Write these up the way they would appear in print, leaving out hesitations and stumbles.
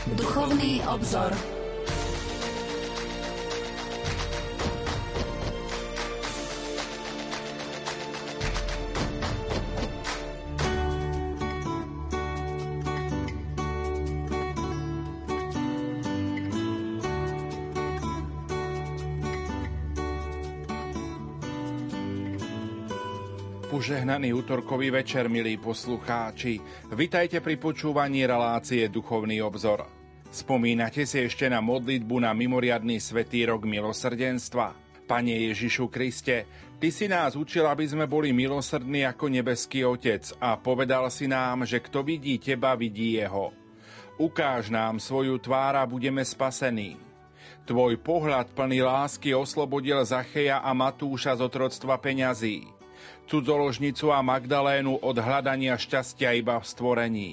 Duchovný obzor. Požehnaný utorkový večer, milí poslucháči. Vitajte pri počúvaní relácie Duchovný obzor. Spomínate si ešte na modlitbu na mimoriadny svätý rok milosrdenstva? Pane Ježišu Kriste, Ty si nás učil, aby sme boli milosrdní ako nebeský Otec a povedal si nám, že kto vidí Teba, vidí Jeho. Ukáž nám svoju tvár a budeme spasení. Tvoj pohľad plný lásky oslobodil Zacheja a Matúša z otroctva peňazí, cudzoložnicu a Magdalénu od hľadania šťastia iba v stvorení.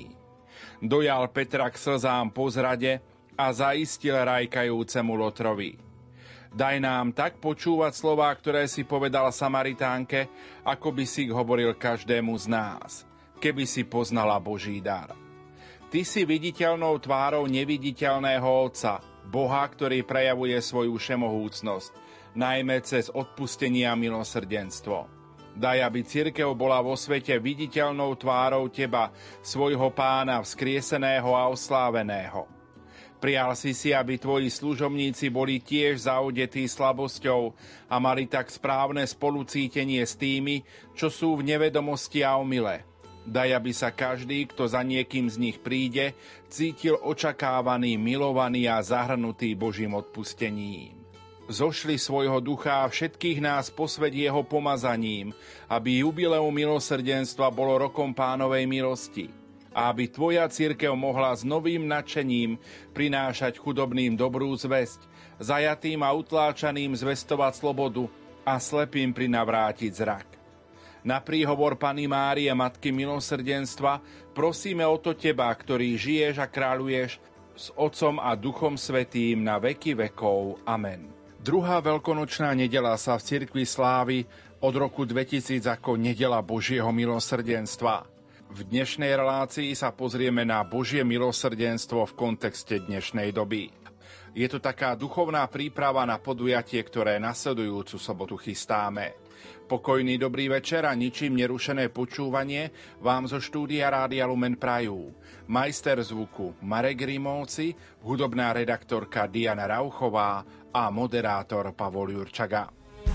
Dojal Petra k slzám po zrade a zaistil rajkajúcemu Lotrovi. Daj nám tak počúvať slová, ktoré si povedal Samaritánke, ako by si ich hovoril každému z nás, keby si poznala Boží dar. Ty si viditeľnou tvárou neviditeľného Otca, Boha, ktorý prejavuje svoju všemohúcnosť, najmä cez odpustenie a milosrdenstvo. Daj, aby cirkev bola vo svete viditeľnou tvárou Teba, svojho Pána vzkrieseného a osláveného. Prijal si, aby Tvoji služobníci boli tiež zaodetí slabosťou a mali tak správne spolucítenie s tými, čo sú v nevedomosti a omyle. Daj, aby sa každý, kto za niekým z nich príde, cítil očakávaný, milovaný a zahrnutý Božím odpustením. Zošli svojho ducha a všetkých nás posväť jeho pomazaním, aby jubileum milosrdenstva bolo rokom Pánovej milosti a aby Tvoja cirkev mohla s novým nadšením prinášať chudobným dobrú zvesť, zajatým a utláčaným zvestovať slobodu a slepým prinavrátiť zrak. Na príhovor Panny Márie, Matky milosrdenstva, prosíme o to Teba, ktorý žiješ a kráľuješ s Otcom a Duchom Svätým na veky vekov. Amen. Druhá veľkonočná nedeľa sa v cirkvi slávi od roku 2000 ako nedeľa Božieho milosrdenstva. V dnešnej relácii sa pozrieme na Božie milosrdenstvo v kontexte dnešnej doby. Je to taká duchovná príprava na podujatie, ktoré nasledujúcu sobotu chystáme. Pokojný dobrý večer a ničím nerušené počúvanie vám zo štúdia Rádia Lumen prajú majster zvuku Marek Rimovci, hudobná redaktorka Diana Rauchová a moderátor Pavol Jurčaga.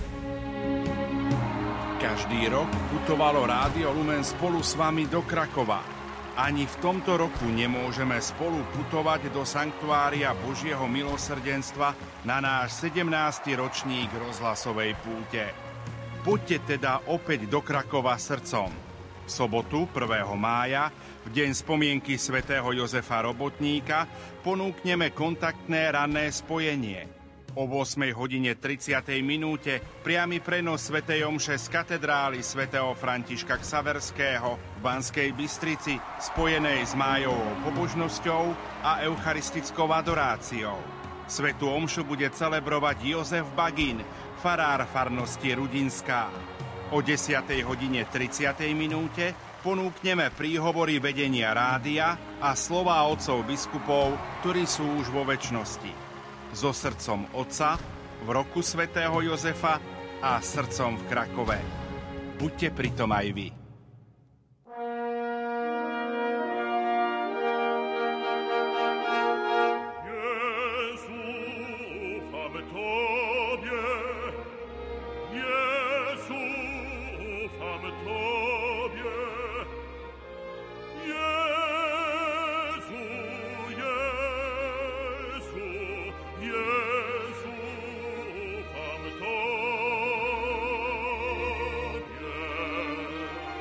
Každý rok putovalo Rádio Lumen spolu s vami do Krakova. Ani v tomto roku nemôžeme spolu putovať do sanktuária Božieho milosrdenstva na náš 17. ročník rozhlasovej púte. Poďte teda opäť do Krakova srdcom. V sobotu 1. mája, v deň spomienky svätého Jozefa Robotníka, ponúkneme kontaktné ranné spojenie. O 8:30 priamy prenos svätej omše z katedrály svätého Františka Xaverského v Banskej Bystrici, spojenej s májovou pobožnosťou a eucharistickou adoráciou. Svätú omšu bude celebrovať Jozef Bagín, farár farnosti Rudinská. O 10:30 ponúkneme príhovory vedenia rádia a slová otcov biskupov, ktorí sú už vo večnosti. So srdcom Otca v roku svätého Jozefa a srdcom v Krakove. Buďte pritom aj vy. Yeah.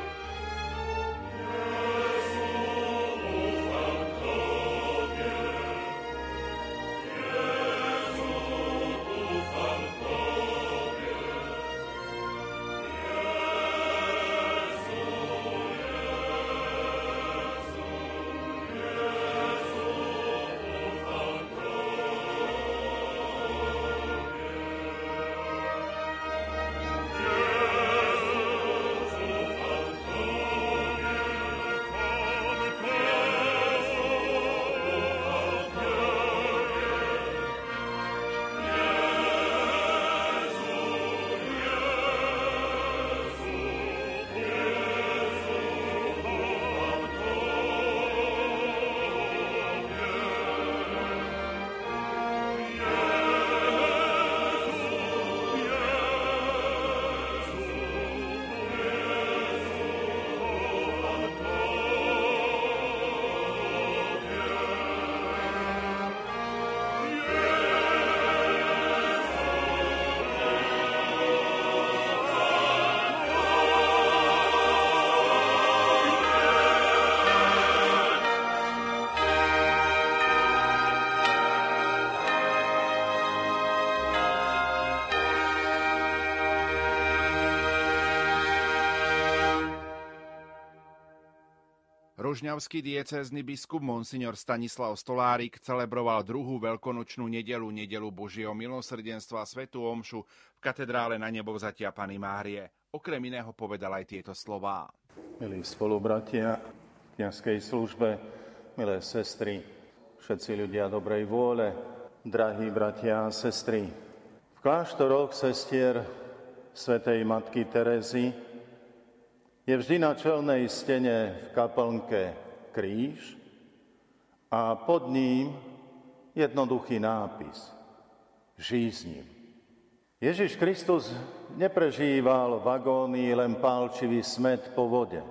Rožňavský diecézny biskup monsignor Stanislav Stolárik celebroval druhú veľkonočnú nedeľu Božieho milosrdenstva svätú omšu v katedrále Na Nebovzatia Panny Márie. Okrem iného povedal aj tieto slová. Milí spolubratia v kňazskej službe, milé sestry, všetci ľudia dobrej vôle, drahí bratia a sestry. V kláštoroch sestier svätej Matky Terezy je vždy na čelnej stene v kaplnke kríž a pod ním jednoduchý nápis Žij s ním. Ježiš Kristus neprežíval v agónii len pálčivý smäd po vode,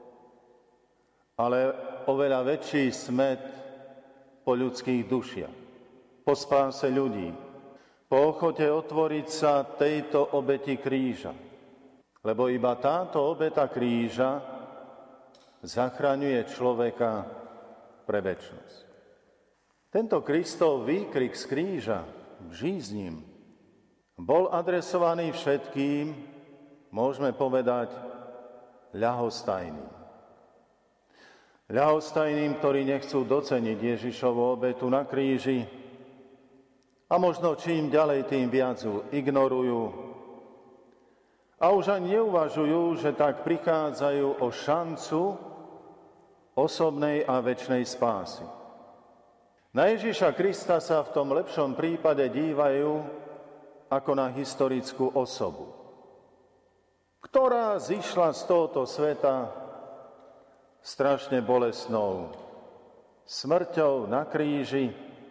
ale oveľa väčší smäd po ľudských dušiach, po spáse ľudí, po ochote otvoriť sa tejto obeti kríža. Lebo iba táto obeta kríža zachraňuje človeka pre večnosť. Tento Kristov výkrik z kríža, žij s ním, bol adresovaný všetkým, môžeme povedať, ľahostajným. Ľahostajným, ktorí nechcú doceniť Ježišovu obetu na kríži a možno čím ďalej, tým viac ju ignorujú, a už ani neuvažujú, že tak prichádzajú o šancu osobnej a večnej spásy. Na Ježiša Krista sa v tom lepšom prípade dívajú ako na historickú osobu, ktorá zišla z tohoto sveta strašne bolestnou smrťou na kríži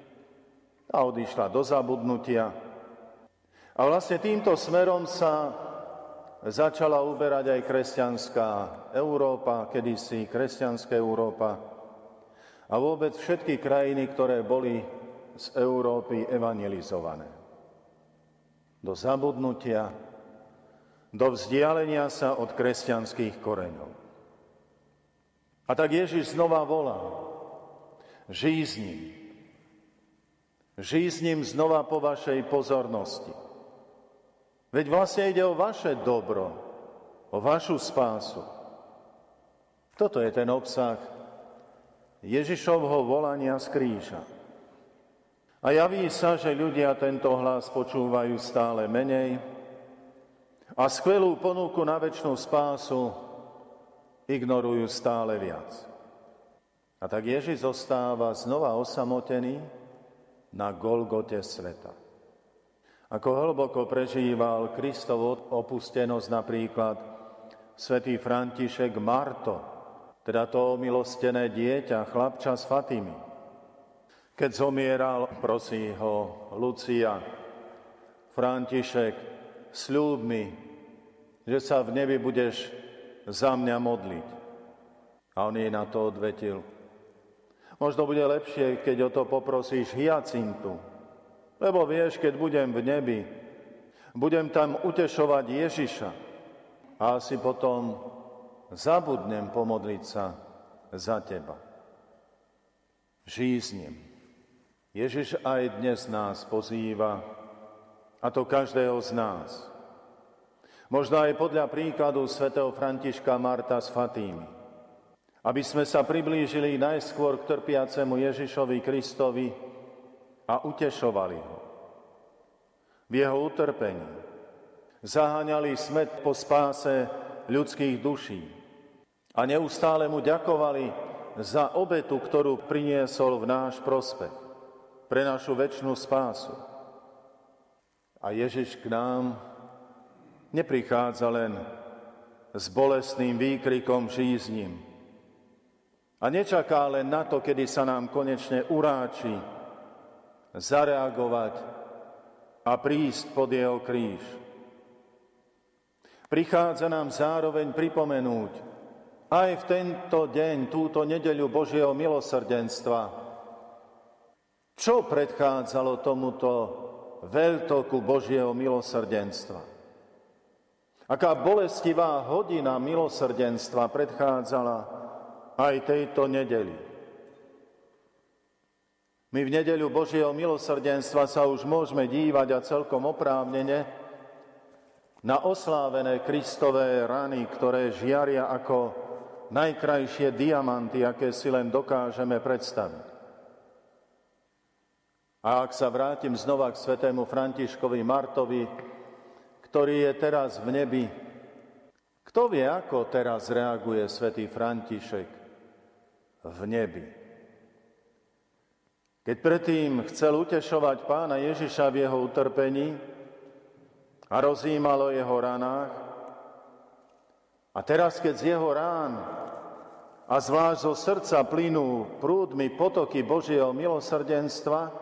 a odišla do zabudnutia. A vlastne týmto smerom sa začala uberať aj kresťanská Európa, kedysi kresťanská Európa a vôbec všetky krajiny, ktoré boli z Európy evangelizované. Do zabudnutia, do vzdialenia sa od kresťanských koreňov. A tak Ježiš znova volá, žij s ním. Žij s ním znova po vašej pozornosti. Veď vlastne ide o vaše dobro, o vašu spásu. Toto je ten obsah Ježišovho volania z kríža. A javí sa, že ľudia tento hlas počúvajú stále menej a skvelú ponuku na večnú spásu ignorujú stále viac. A tak Ježiš zostáva znova osamotený na Golgote sveta. Ako hlboko prežíval Kristovu opustenosť napríklad svätý František Marto, teda to omilostené dieťa, chlapča z Fatimy. Keď zomieral, prosí ho Lucia, František, sľúb mi, že sa v nebi budeš za mňa modliť. A on jej na to odvetil. Možno bude lepšie, keď o to poprosíš Hyacintu, lebo vieš, keď budem v nebi, budem tam utešovať Ježiša a asi potom zabudnem pomodliť sa za teba. Žij s ním. Ježiš aj dnes nás pozýva, a to každého z nás. Možno aj podľa príkladu svätého Františka Marta z Fatímy. Aby sme sa priblížili najskôr k trpiacemu Ježišovi Kristovi a utešovali ho v jeho utrpení. Zaháňali smäd po spáse ľudských duší a neustále mu ďakovali za obetu, ktorú priniesol v náš prospech, pre našu večnú spásu. A Ježiš k nám neprichádza len s bolestným výkrikom žij s ním. A nečaká len na to, kedy sa nám konečne uráči zareagovať a prísť pod jeho kríž. Prichádza nám zároveň pripomenúť aj v tento deň, túto nedeľu Božieho milosrdenstva, čo predchádzalo tomuto veľtoku Božieho milosrdenstva. Aká bolestivá hodina milosrdenstva predchádzala aj tejto nedeli. My v nedeľu Božieho milosrdenstva sa už môžeme dívať a celkom oprávnene na oslávené Kristové rany, ktoré žiaria ako najkrajšie diamanty, aké si len dokážeme predstaviť. A ak sa vrátim znova k svätému Františkovi Martovi, ktorý je teraz v nebi, kto vie, ako teraz reaguje svätý František v nebi? Keď predtým chcel utešovať Pána Ježiša v jeho utrpení a rozjímal o jeho ranách, a teraz, keď z jeho rán a zvlášť zo srdca plynú prúdmi potoky Božieho milosrdenstva,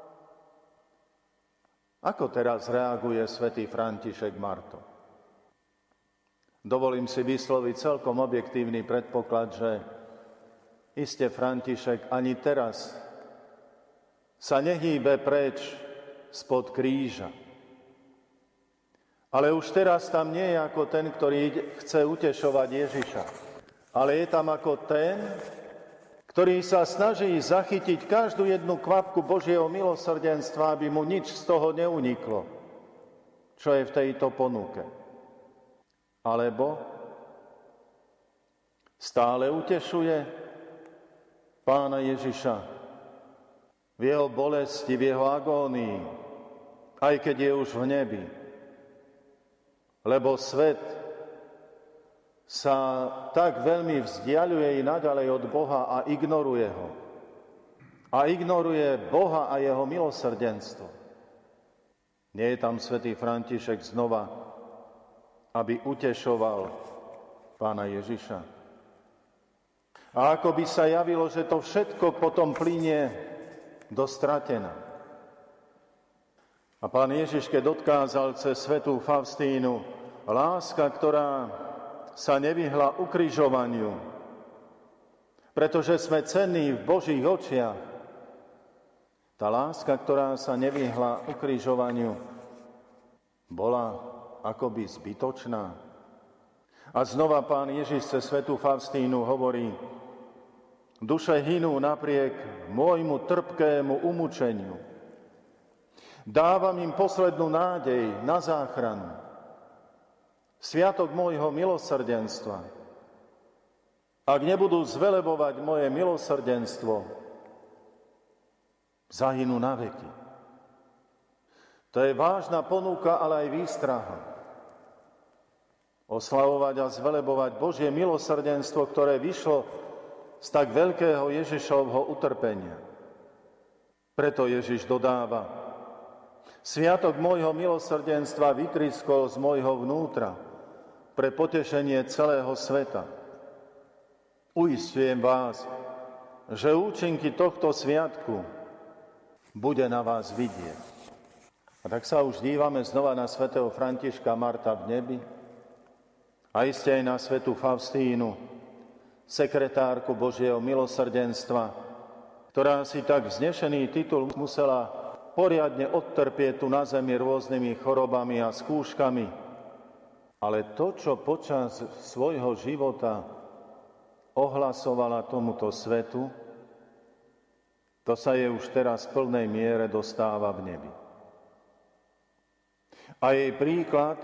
ako teraz reaguje svätý František Marto? Dovolím si vysloviť celkom objektívny predpoklad, že iste František ani teraz sa nehýbe preč spod kríža. Ale už teraz tam nie je ako ten, ktorý chce utešovať Ježiša, ale je tam ako ten, ktorý sa snaží zachytiť každú jednu kvapku Božieho milosrdenstva, aby mu nič z toho neuniklo, čo je v tejto ponuke. Alebo stále utešuje Pána Ježiša v jeho bolesti, v jeho agónii, aj keď je už v nebi. Lebo svet sa tak veľmi vzdialuje i naďalej od Boha a ignoruje ho. A ignoruje Boha a jeho milosrdenstvo. Nie je tam svätý František znova, aby utešoval Pána Ježiša. A ako by sa javilo, že to všetko potom plynie do stratená. A Pán Ježiš, keď odkázal cez svätú Faustínu, láska, ktorá sa nevyhla ukrižovaniu, pretože sme cenní v Božích očiach. Tá láska, ktorá sa nevyhla ukrižovaniu, bola akoby zbytočná. A znova Pán Ježiš cez svätú Faustínu hovorí: duše hynú napriek môjmu trpkému umučeniu. Dávam im poslednú nádej na záchranu. Sviatok môjho milosrdenstva. Ak nebudú zvelebovať moje milosrdenstvo, zahynú na veky. To je vážna ponuka, ale aj výstraha. Oslavovať a zvelebovať Božie milosrdenstvo, ktoré vyšlo z tak veľkého Ježišovho utrpenia. Preto Ježiš dodáva: sviatok môjho milosrdenstva vytryskol z môjho vnútra pre potešenie celého sveta. Uisťujem vás, že účinky tohto sviatku bude na vás vidieť. A tak sa už dívame znova na svätého Františka Marta v nebi a iste aj na svätú Faustínu, sekretárku Božieho milosrdenstva, ktorá si tak vznešený titul musela poriadne odtrpieť tu na zemi rôznymi chorobami a skúškami. Ale to, čo počas svojho života ohlasovala tomuto svetu, to sa jej už teraz v plnej miere dostáva v nebi. A jej príklad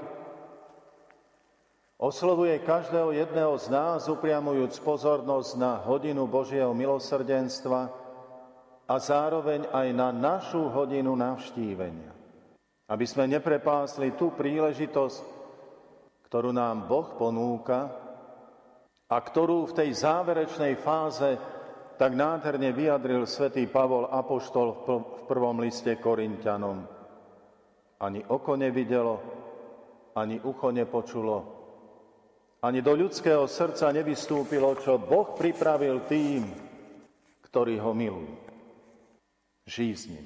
oslovuje každého jedného z nás, upriamujúc pozornosť na hodinu Božieho milosrdenstva a zároveň aj na našu hodinu navštívenia. Aby sme neprepásli tú príležitosť, ktorú nám Boh ponúka a ktorú v tej záverečnej fáze tak nádherne vyjadril svätý Pavol apoštol v prvom liste Korinťanom. Ani oko nevidelo, ani ucho nepočulo, ani do ľudského srdca nevystúpilo, čo Boh pripravil tým, ktorí ho milujú. Žij s ním.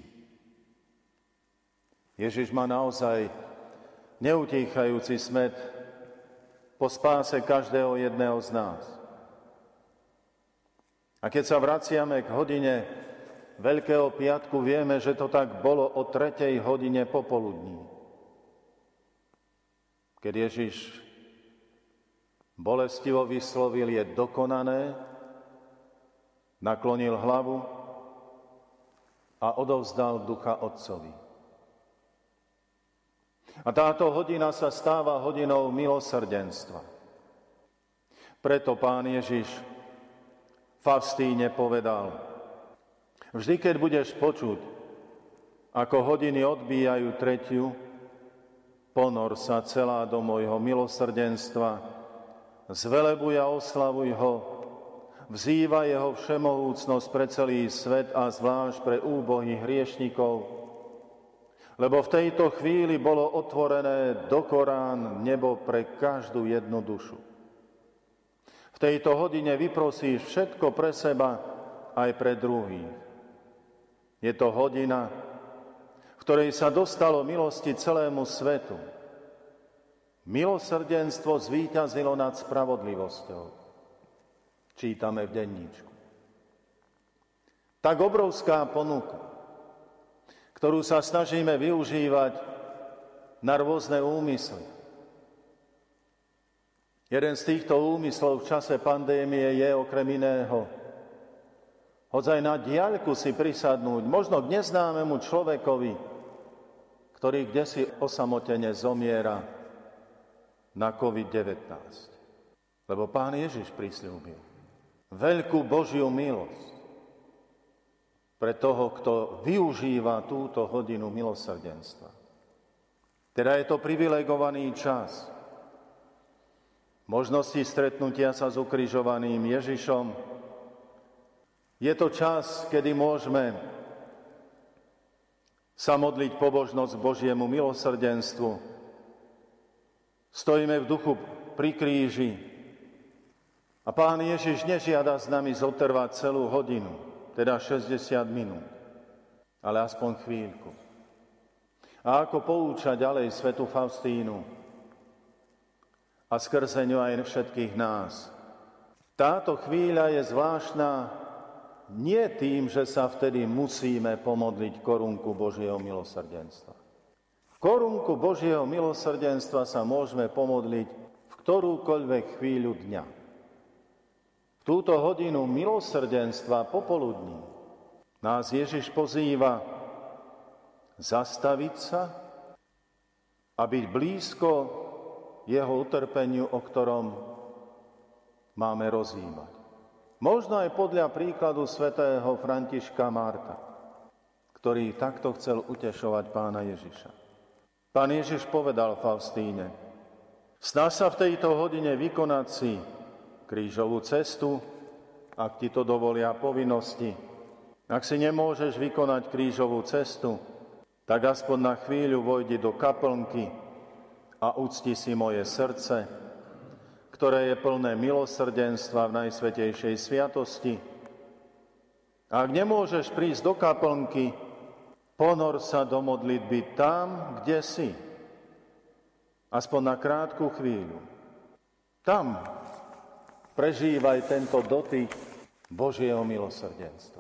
Ježiš má naozaj neutíchajúci smäd po spáse každého jedného z nás. A keď sa vraciame k hodine Veľkého piatku, vieme, že to tak bolo o 3. hodine popoludní. Keď Ježiš bolestivo vyslovil: je dokonané, naklonil hlavu a odovzdal ducha Otcovi. A táto hodina sa stáva hodinou milosrdenstva. Preto Pán Ježiš v Faustíne povedal: vždy, keď budeš počuť, ako hodiny odbíjajú tretiu, ponor sa celá do môjho milosrdenstva, zvelebuj a oslavuj ho, vzývaj jeho všemohúcnosť pre celý svet a zvlášť pre úbohých hriešnikov, lebo v tejto chvíli bolo otvorené do Korán nebo pre každú jednu dušu. V tejto hodine vyprosíš všetko pre seba aj pre druhých. Je to hodina, v ktorej sa dostalo milosti celému svetu. Milosrdenstvo zvíťazilo nad spravodlivosťou. Čítame v denníčku. Tak obrovská ponuka, ktorú sa snažíme využívať na rôzne úmysly. Jeden z týchto úmyslov v čase pandémie je okrem iného hodzaj na diaľku si prisadnúť, možno k neznámemu človekovi, ktorý kdesi osamotene zomiera na COVID-19. Lebo Pán Ježiš prisľúbil veľkú Božiu milosť pre toho, kto využíva túto hodinu milosrdenstva. Teda je to privilegovaný čas možnosti stretnutia sa s ukrižovaným Ježišom. Je to čas, kedy môžeme sa modliť pobožnosť k Božiemu milosrdenstvu. Stojíme v duchu pri kríži a Pán Ježiš nežiada s nami zotrvať celú hodinu, teda 60 minút, ale aspoň chvíľku. A ako pouča ďalej svätú Faustínu a skrze ňu aj všetkých nás. Táto chvíľa je zvláštna nie tým, že sa vtedy musíme pomodliť korunku Božieho milosrdenstva. Korunku Božieho milosrdenstva sa môžeme pomodliť v ktorúkoľvek chvíľu dňa. V túto hodinu milosrdenstva popoludní nás Ježiš pozýva zastaviť sa a byť blízko jeho utrpeniu, o ktorom máme rozjímať. Možno aj podľa príkladu svätého Františka Marka, ktorý takto chcel utešovať Pána Ježiša. Pán Ježiš povedal Faustíne: snaž sa v tejto hodine vykonať si krížovú cestu, ak ti to dovolia povinnosti. Ak si nemôžeš vykonať krížovú cestu, tak aspoň na chvíľu vojdi do kaplnky a ucti si moje srdce, ktoré je plné milosrdenstva v Najsvätejšej sviatosti. Ak nemôžeš prísť do kaplnky, ponor sa do modlitby tam, kde si. Aspoň na krátku chvíľu. Tam prežívaj tento dotyk Božieho milosrdenstva.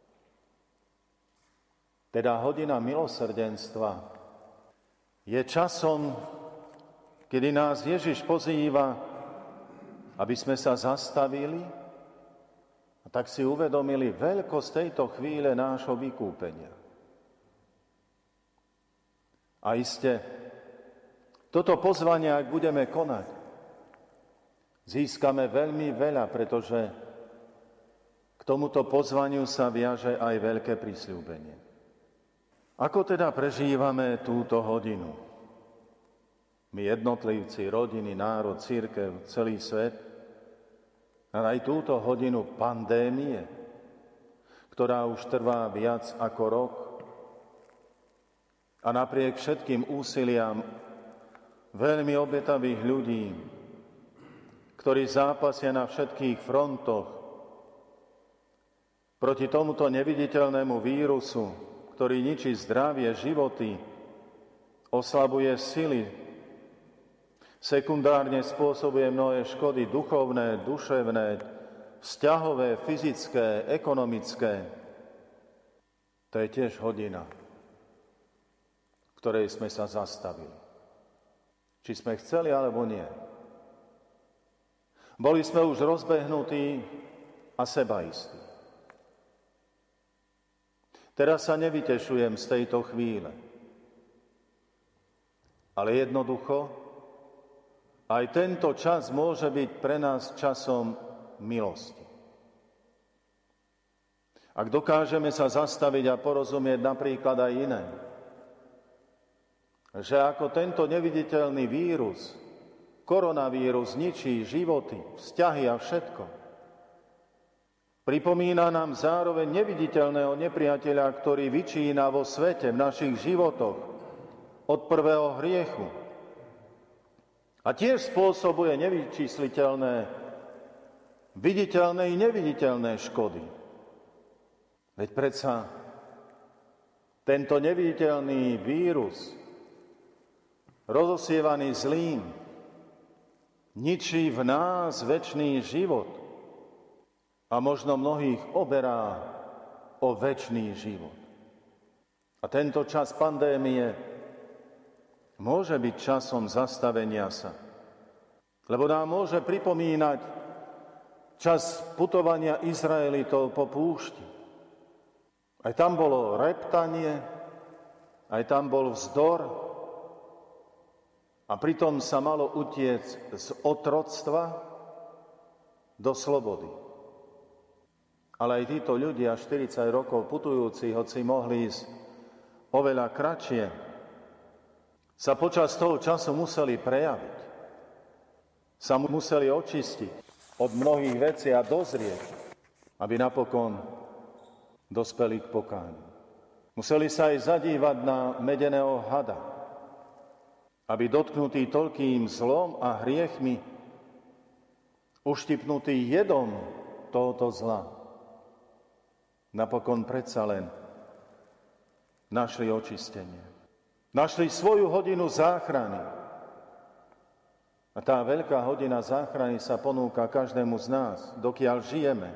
Teda hodina milosrdenstva je časom, kedy nás Ježiš pozýva, aby sme sa zastavili a tak si uvedomili veľkosť tejto chvíle nášho vykúpenia. A iste, toto pozvanie, ak budeme konať, získame veľmi veľa, pretože k tomuto pozvaniu sa viaže aj veľké prisľúbenie. Ako teda prežívame túto hodinu? My jednotlivci, rodiny, národ, cirkev, celý svet, ale aj túto hodinu pandémie, ktorá už trvá viac ako rok. A napriek všetkým úsiliam veľmi obetavých ľudí, ktorí zápasia na všetkých frontoch proti tomuto neviditeľnému vírusu, ktorý ničí zdravie, životy, oslabuje sily, sekundárne spôsobuje mnohé škody duchovné, duševné, vzťahové, fyzické, ekonomické. To je tiež hodina, v ktorej sme sa zastavili. Či sme chceli, alebo nie. Boli sme už rozbehnutí a sebaistí. Teraz sa nevytešujem z tejto chvíle, ale jednoducho Aj tento čas môže byť pre nás časom milosti. Ak dokážeme sa zastaviť a porozumieť napríklad aj iné, že ako tento neviditeľný vírus, koronavírus ničí životy, vzťahy a všetko, pripomína nám zároveň neviditeľného nepriateľa, ktorý vyčína vo svete, v našich životoch od prvého hriechu. A tiež spôsobuje nevyčísliteľné, viditeľné i neviditeľné škody. Veď predsa tento neviditeľný vírus, rozosievaný zlým, ničí v nás večný život a možno mnohých oberá o večný život. A tento čas pandémie môže byť časom zastavenia sa, lebo nám môže pripomínať čas putovania Izraelitov po púšti. Aj tam bolo reptanie, aj tam bol vzdor a pritom sa malo utiecť z otroctva do slobody. Ale aj títo ľudia, 40 rokov putujúci, hoci mohli ísť oveľa kratšie, sa počas toho času museli prejaviť. Sa museli očistiť od mnohých vecí a dozrieť, aby napokon dospeli k pokániu. Museli sa aj zadívať na medeného hada, aby dotknutý toľkým zlom a hriechmi, uštipnutý jedom tohoto zla, napokon predsa len našli očistenie. Našli svoju hodinu záchrany. A tá veľká hodina záchrany sa ponúka každému z nás, dokiaľ žijeme.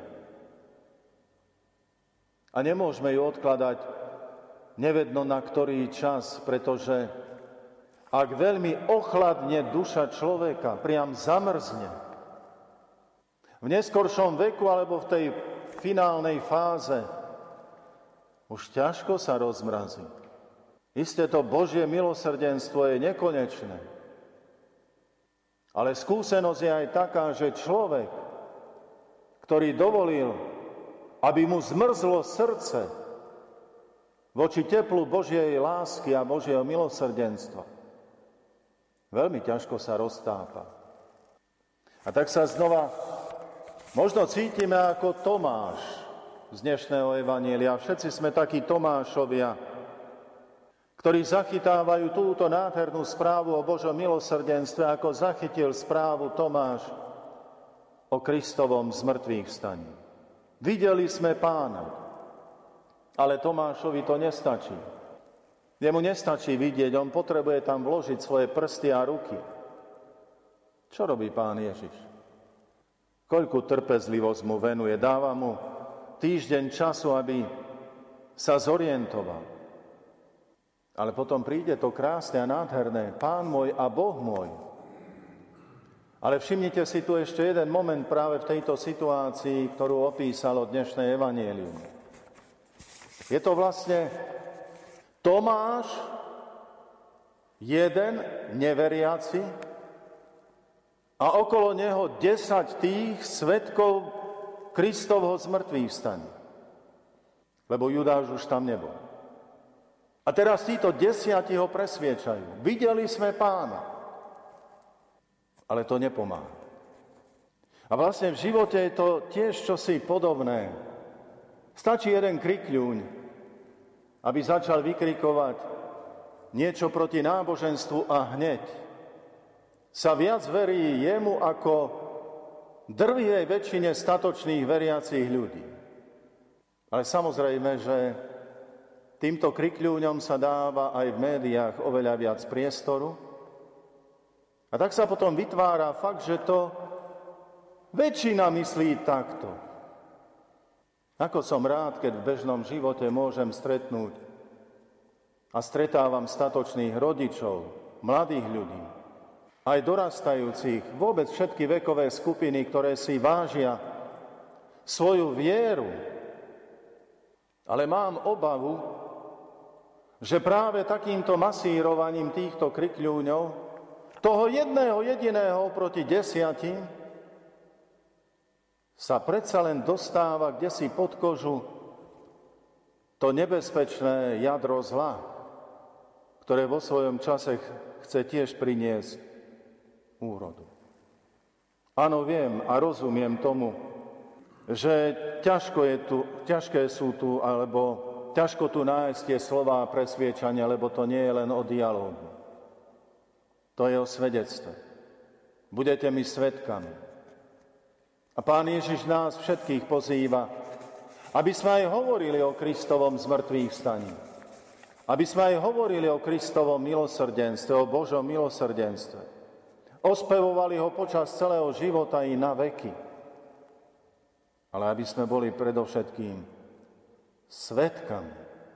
A nemôžeme ju odkladať nevedno na ktorý čas, pretože ak veľmi ochladne duša človeka, priam zamrzne, v neskoršom veku alebo v tej finálnej fáze, už ťažko sa rozmrazí. Isté to Božie milosrdenstvo je nekonečné. Ale skúsenosť je aj taká, že človek, ktorý dovolil, aby mu zmrzlo srdce voči teplu Božej lásky a Božieho milosrdenstva, veľmi ťažko sa roztápa. A tak sa znova možno cítime ako Tomáš z dnešného evanjelia. Všetci sme takí Tomášovia, ktorí zachytávajú túto nádhernú správu o Božom milosrdenstve, ako zachytil správu Tomáš o Kristovom zmrtvých vstaní. Videli sme Pána, ale Tomášovi to nestačí. Jemu nestačí vidieť, on potrebuje tam vložiť svoje prsty a ruky. Čo robí Pán Ježiš? Koľku trpezlivosť mu venuje, dáva mu týždeň času, aby sa zorientoval. Ale potom príde to krásne a nádherné, Pán môj a Boh môj. Ale všimnite si tu ešte jeden moment práve v tejto situácii, ktorú opísalo dnešné evanjelium. Je to vlastne Tomáš, jeden neveriaci, a okolo neho 10 tých svedkov Kristovho zmrtvých vstania. Lebo Judáš už tam nebol. A teraz títo 10 ho presviečajú. Videli sme Pána. Ale to nepomáha. A vlastne v živote je to tiež čosi podobné. Stačí jeden krikľuň, aby začal vykrikovať niečo proti náboženstvu a hneď sa viac verí jemu ako drvivej väčšine statočných veriacich ľudí. Ale samozrejme, že týmto krikľúňom sa dáva aj v médiách oveľa viac priestoru. A tak sa potom vytvára fakt, že to väčšina myslí takto. Ako som rád, keď v bežnom živote môžem stretnúť a stretávam statočných rodičov, mladých ľudí, aj dorastajúcich, vôbec všetky vekové skupiny, ktoré si vážia svoju vieru. Ale mám obavu, že práve takýmto masírovaním týchto krikľúňov toho jedného jediného proti 10 sa predsa len dostáva kdesi pod kožu to nebezpečné jadro zla, ktoré vo svojom čase chce tiež priniesť úrodu. Áno, viem a rozumiem tomu, že ťažké sú tu, alebo ťažko tu nájsť tie slová presviečania, lebo to nie je len o dialógu. To je o svedectve. Budete mi svedkami. A Pán Ježiš nás všetkých pozýva, aby sme aj hovorili o Kristovom zmrtvých vstaní. Aby sme aj hovorili o Kristovom milosrdenstve, o Božom milosrdenstve. Ospevovali ho počas celého života i na veky. Ale aby sme boli predovšetkým svedkami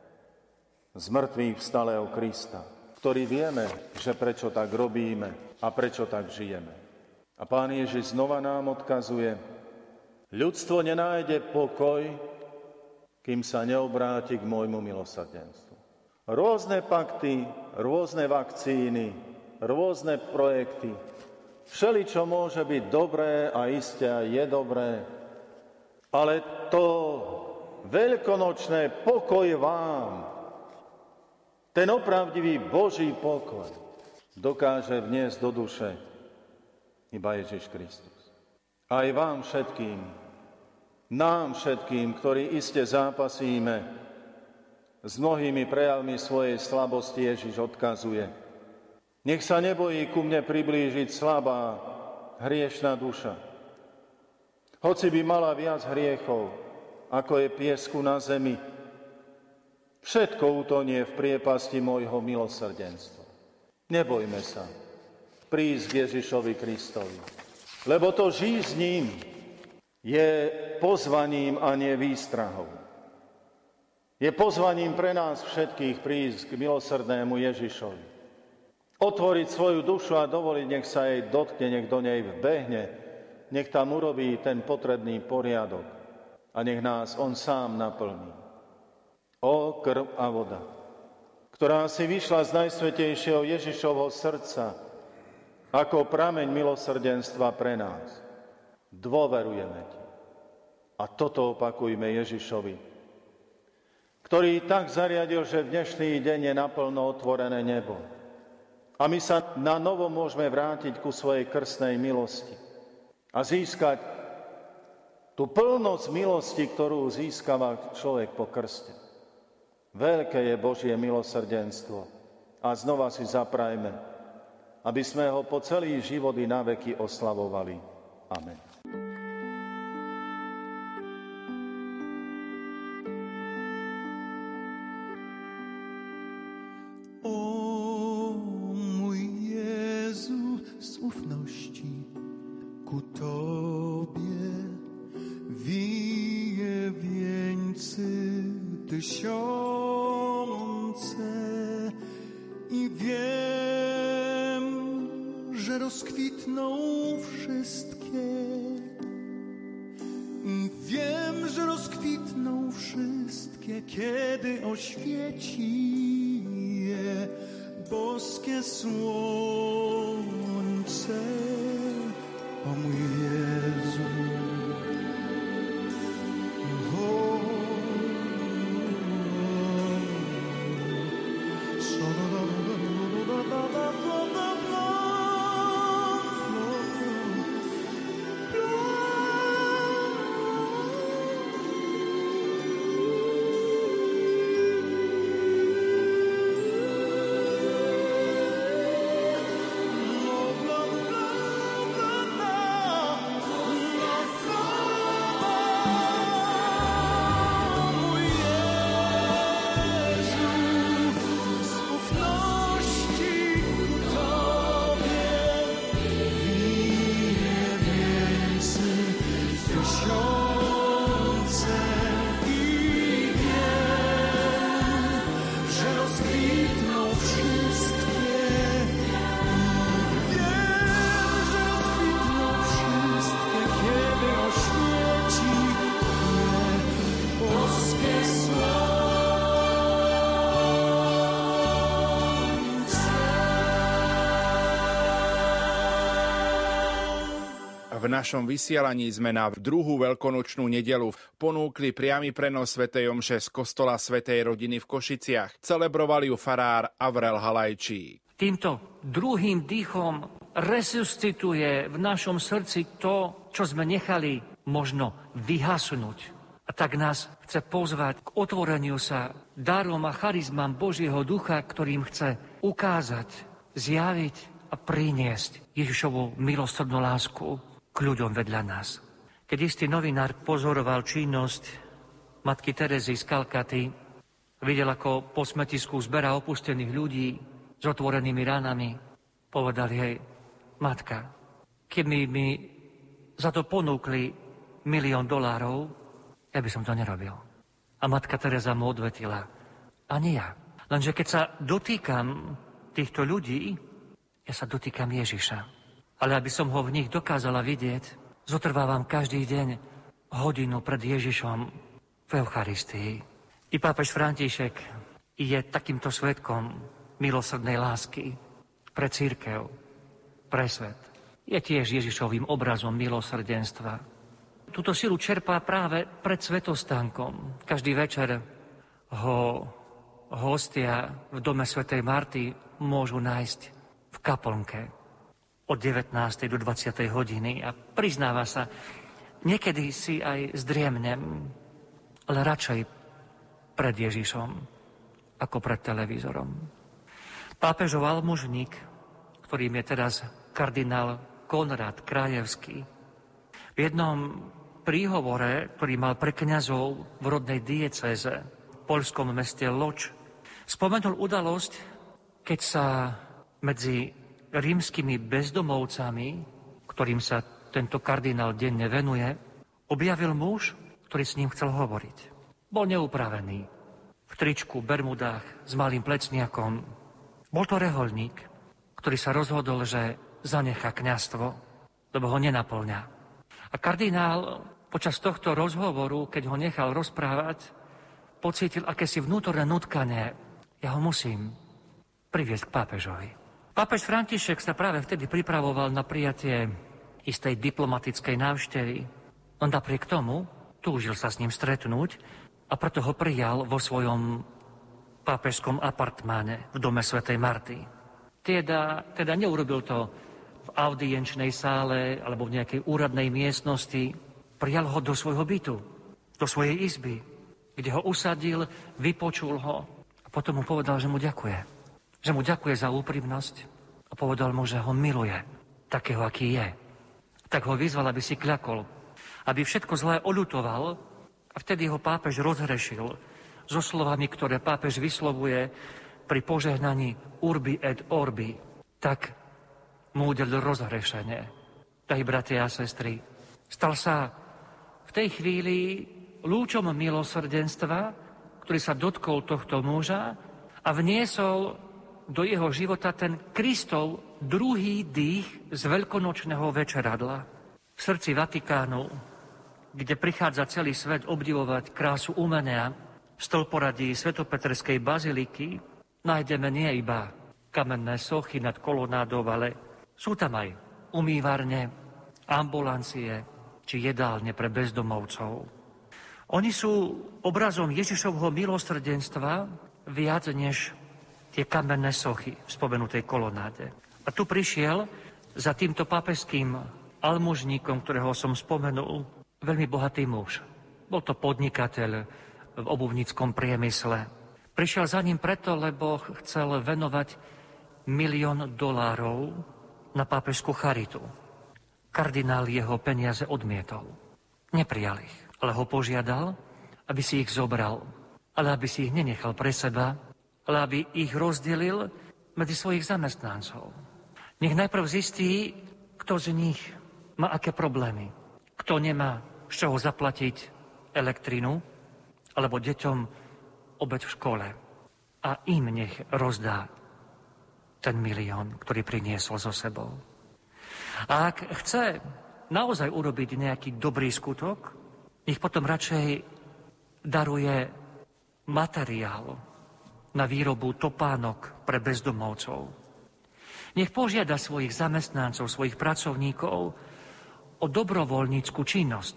zmrtvých vstalého Krista, ktorý vieme, že prečo tak robíme a prečo tak žijeme. A Pán Ježiš znova nám odkazuje, ľudstvo nenájde pokoj, kým sa neobráti k môjmu milosrdenstvu. Rôzne pakty, rôzne vakcíny, rôzne projekty, všeličo môže byť dobré a isté a je dobré, ale to veľkonočné pokoj vám, ten opravdivý Boží pokoj dokáže vniesť do duše iba Ježiš Kristus. Aj vám všetkým, nám všetkým, ktorí iste zápasíme s mnohými prejavmi svojej slabosti, Ježiš odkazuje. Nech sa nebojí ku mne priblížiť slabá, hriešná duša. Hoci by mala viac hriechov, ako je piesku na zemi, všetko utonie v priepasti môjho milosrdenstva. Nebojme sa prísť k Ježišovi Kristovi, lebo to žij s ním je pozvaním a nie výstrahou. Je pozvaním pre nás všetkých prísť k milosrdnému Ježišovi. Otvoriť svoju dušu a dovoliť, nech sa jej dotkne, nech do nej vbehne, nech tam urobí ten potrebný poriadok a nech nás on sám naplní. O krv a voda, ktorá si vyšla z najsvätejšieho Ježišovho srdca ako prameň milosrdenstva pre nás. Dôverujeme ti. A toto opakujme Ježišovi, ktorý tak zariadil, že v dnešný deň je naplno otvorené nebo. A my sa na novo môžeme vrátiť ku svojej krstnej milosti a získať tú plnosť milosti, ktorú získava človek po krste. Veľké je Božie milosrdenstvo a znova si zaprajme, aby sme ho po celý život i na veky oslavovali. Amen. O mój Jezu, z ufności ku Tobie wije wieńcy tysiące i wiem, że rozkwitną wszystkie. I wiem, że rozkwitną wszystkie, kiedy oświeci je boskie słońce. O mój Jezu, V našom vysielaní sme na druhú veľkonočnú nedeľu ponúkli priamy prenos svätej omše z kostola svätej Rodiny v Košiciach. Celebroval ju farár Avrel Halajčík. Týmto druhým dýchom resuscituje v našom srdci to, čo sme nechali možno vyhasnúť. A tak nás chce pozvať k otvoreniu sa darom a charizmám Božieho ducha, ktorým chce ukázať, zjaviť a priniesť Ježišovu milosrdnú lásku k ľuďom vedľa nás. Keď istý novinár pozoroval činnosť matky Terezy z Kalkaty, videl, ako po smetisku zberá opustených ľudí s otvorenými ranami, povedal jej: matka, keby mi za to ponúkli $1 000 000, ja by som to nerobil. A matka Tereza mu odvetila: ani ja. Lenže keď sa dotýkam týchto ľudí, ja sa dotýkam Ježiša. Ale aby som ho v nich dokázala vidieť, zotrvávam každý deň hodinu pred Ježišom v Eucharistii. I pápež František je takýmto svedkom milosrdnej lásky pre cirkev, pre svet. Je tiež Ježišovým obrazom milosrdenstva. Túto silu čerpá práve pred svetostánkom. Každý večer ho hostia v dome svätej Marty môžu nájsť v kaplnke od 19. do 20. hodiny a priznáva sa, niekedy si aj zdriemnem, ale radšej pred Ježišom ako pred televízorom. Pápežov almužník, ktorým je teraz kardinál Konrad Krajevský, v jednom príhovore, ktorý mal pre kňazov v rodnej diecéze v poľskom meste Loč, spomenul udalosť, keď sa medzi rímskymi bezdomovcami, ktorým sa tento kardinál denne venuje, objavil muž, ktorý s ním chcel hovoriť. Bol neupravený, v tričku, bermudách, s malým plecniakom. Bol to rehoľník, ktorý sa rozhodol, že zanechá kňazstvo, lebo ho nenaplňa. A kardinál počas tohto rozhovoru, keď ho nechal rozprávať, pocítil akési vnútorné nutkanie. Ja ho musím priviesť k pápežovi. Pápež František sa práve vtedy pripravoval na prijatie istej diplomatickej návštevy. On napriek tomu túžil sa s ním stretnúť a preto ho prijal vo svojom pápežskom apartmáne v dome svätej Marty. Teda neurobil to v audienčnej sále alebo v nejakej úradnej miestnosti. Prijal ho do svojho bytu, do svojej izby, kde ho usadil, vypočul ho a potom mu povedal, že mu ďakuje. Že mu ďakuje za úprimnosť a povedal mu, že ho miluje, takého, aký je. Tak ho vyzval, aby si kľakol, aby všetko zlé oľutoval a vtedy ho pápež rozhrešil so slovami, ktoré pápež vyslovuje pri požehnaní Urbi et Orbi. Tak mu udelil rozhrešenie. Drahí bratia a sestry, stal sa v tej chvíli lúčom milosrdenstva, ktorý sa dotkol tohto muža a vniesol do jeho života ten Kristov druhý dých z veľkonočného večeradla. V srdci Vatikánu, kde prichádza celý svet obdivovať krásu umenia, v stĺporadí Svetopetrskej baziliky nájdeme nie iba kamenné sochy nad kolonádou, ale sú tam aj umývarne, ambulancie či jedálne pre bezdomovcov. Oni sú obrazom Ježišovho milosrdenstva viac než tie kamenné sochy v spomenutej kolonáde. A tu prišiel za týmto pápežským almužníkom, ktorého som spomenul, veľmi bohatý muž. Bol to podnikateľ v obuvníckom priemysle. Prišiel za ním preto, lebo chcel venovať $1 000 000 na pápežskú charitu. Kardinál jeho peniaze odmietol. Neprijal ich, ale ho požiadal, aby si ich zobral, ale aby si ich nenechal pre seba, ale aby ich rozdelil medzi svojich zamestnancov. Nech najprv zistí, kto z nich má aké problémy. Kto nemá z čoho zaplatiť elektrinu, alebo deťom obed v škole. A im nech rozdá ten 1 000 000, ktorý priniesol so sebou. A ak chce naozaj urobiť nejaký dobrý skutok, nech potom radšej daruje materiál na výrobu topánok pre bezdomovcov. Nech požiada svojich zamestnancov, svojich pracovníkov o o dobrovoľníckú činnosť,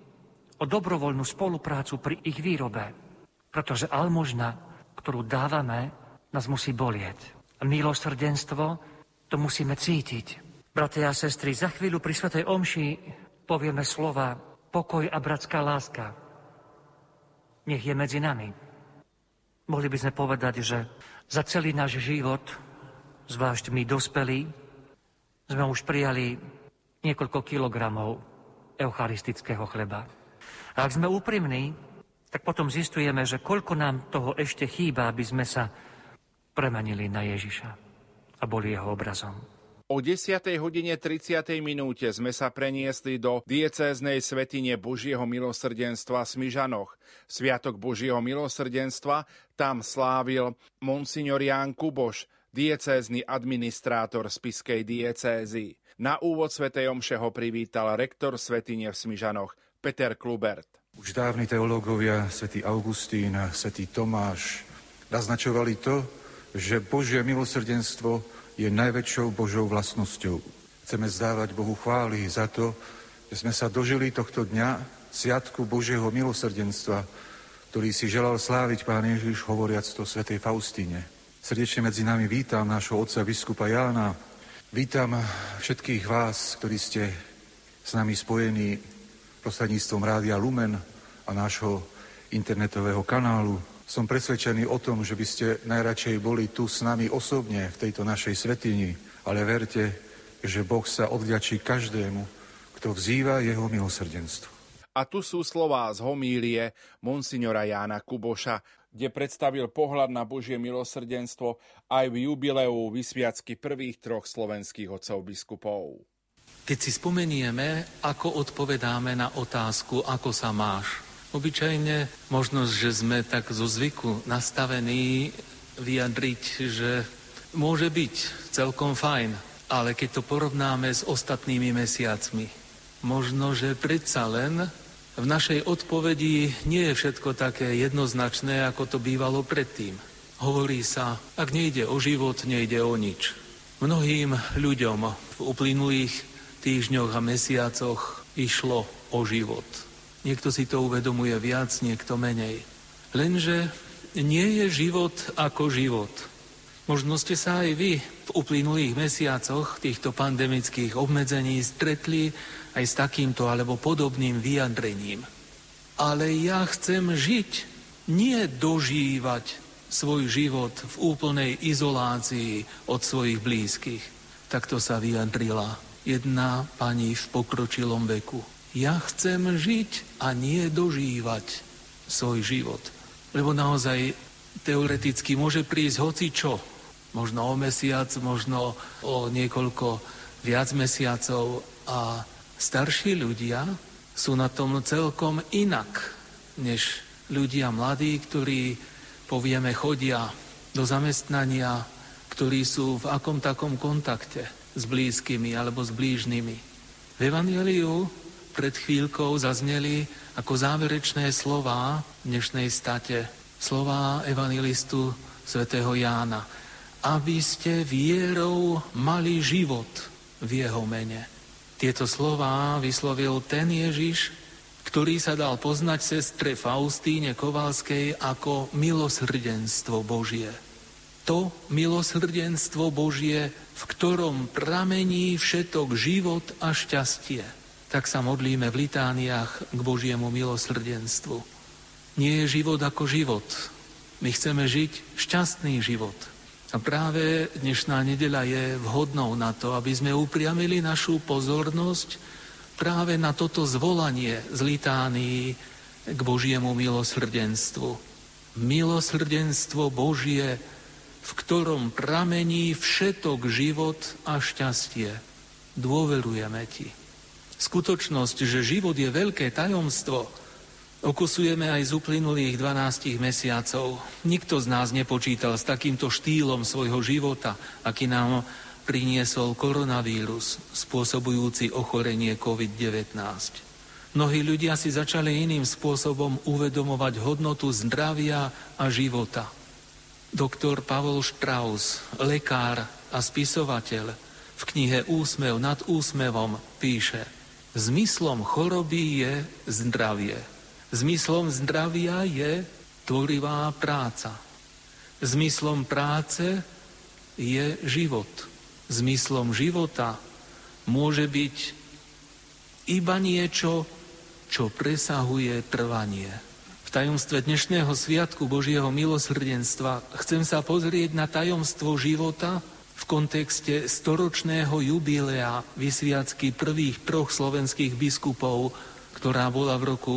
o dobrovoľnú spoluprácu pri ich výrobe. Pretože almužna, ktorú dávame, nás musí bolieť. A milosrdenstvo to musíme cítiť. Bratia a sestry, za chvíľu pri svätej omši povieme slova pokoj a bratská láska. Nech je medzi nami. Mohli by sme povedať, že za celý náš život, zvlášť my dospelí, sme už prijali niekoľko kilogramov eucharistického chleba. A ak sme úprimní, tak potom zistujeme, že koľko nám toho ešte chýba, aby sme sa premenili na Ježiša a boli jeho obrazom. O 10:30 sme sa preniesli do diecéznej svätyne Božieho milosrdenstva v Smižanoch. Sviatok Božieho milosrdenstva tam slávil monsignor Ján Kuboš, diecézny administrátor spišskej diecézy. Na úvod svätej omše ho privítal rektor svätyne v Smižanoch Peter Klubert. Už dávni teológovia, svätý Augustín a svätý Tomáš, naznačovali to, že Božie milosrdenstvo je najväčšou Božou vlastnosťou. Chceme zdávať Bohu chvály za to, že sme sa dožili tohto dňa, sviatku Božieho milosrdenstva, ktorý si želal sláviť Pán Ježiš, hovoriac to svätej Faustíne. Srdečne medzi nami vítam nášho otca biskupa Jána. Vítam všetkých vás, ktorí ste s nami spojení prostredníctvom Rádia Lumen a nášho internetového kanálu. Som presvedčený o tom, že by ste najradšej boli tu s nami osobne v tejto našej svätyni, ale verte, že Boh sa odvďačí každému, kto vzýva jeho milosrdenstvo. A tu sú slová z homílie monsignora Jána Kuboša, kde predstavil pohľad na Božie milosrdenstvo aj v jubileu vysviacky prvých 3 slovenských otcov biskupov. Keď si spomenieme, ako odpovedáme na otázku, ako sa máš, obyčajne možnosť, že sme tak zo zvyku nastavení vyjadriť, že môže byť celkom fajn, ale keď to porovnáme s ostatnými mesiacmi, možno, že predsa len v našej odpovedi nie je všetko také jednoznačné, ako to bývalo predtým. Hovorí sa, ak nejde o život, nejde o nič. Mnohým ľuďom v uplynulých týždňoch a mesiacoch išlo o život. Niekto si to uvedomuje viac, niekto menej. Lenže nie je život ako život. Možno ste sa aj vy v uplynulých mesiacoch týchto pandemických obmedzení stretli aj s takýmto alebo podobným vyjadrením. Ale ja chcem žiť, nie dožívať svoj život v úplnej izolácii od svojich blízkych. Takto sa vyjadrila jedna pani v pokročilom veku. Ja chcem žiť a nie dožívať svoj život. Lebo naozaj teoreticky môže prísť hocičo. Možno o mesiac, možno o niekoľko viac mesiacov. A starší ľudia sú na tom celkom inak, než ľudia mladí, ktorí, povieme, chodia do zamestnania, ktorí sú v akom takom kontakte s blízkymi alebo s blížnymi. V Evanjeliu pred chvíľkou zazneli ako záverečné slová dnešnej state, slová evanjelistu svätého Jána, aby ste vierou mali život v jeho mene. Tieto slová vyslovil ten Ježiš, ktorý sa dal poznať sestre Faustíne Kovalskej ako milosrdenstvo Božie. To milosrdenstvo Božie, v ktorom pramení všetok život a šťastie. Tak sa modlíme v litániách k Božiemu milosrdenstvu. Nie je život ako život. My chceme žiť šťastný život. A práve dnešná nedeľa je vhodnou na to, aby sme upriamili našu pozornosť práve na toto zvolanie z litánií k Božiemu milosrdenstvu. Milosrdenstvo Božie, v ktorom pramení všetok život a šťastie. Dôverujeme Ti. Skutočnosť, že život je veľké tajomstvo, okusujeme aj z uplynulých 12 mesiacov. Nikto z nás nepočítal s takýmto štýlom svojho života, aký nám priniesol koronavírus, spôsobujúci ochorenie COVID-19. Mnohí ľudia si začali iným spôsobom uvedomovať hodnotu zdravia a života. Doktor Pavol Strauss, lekár a spisovateľ, v knihe Úsmev nad úsmevom píše: Zmyslom choroby je zdravie. Zmyslom zdravia je tvorivá práca. Zmyslom práce je život. Zmyslom života môže byť iba niečo, čo presahuje trvanie. V tajomstve dnešného sviatku Božieho milosrdenstva chcem sa pozrieť na tajomstvo života v kontexte storočného jubilea vysviacky prvých 3 slovenských biskupov, ktorá bola v roku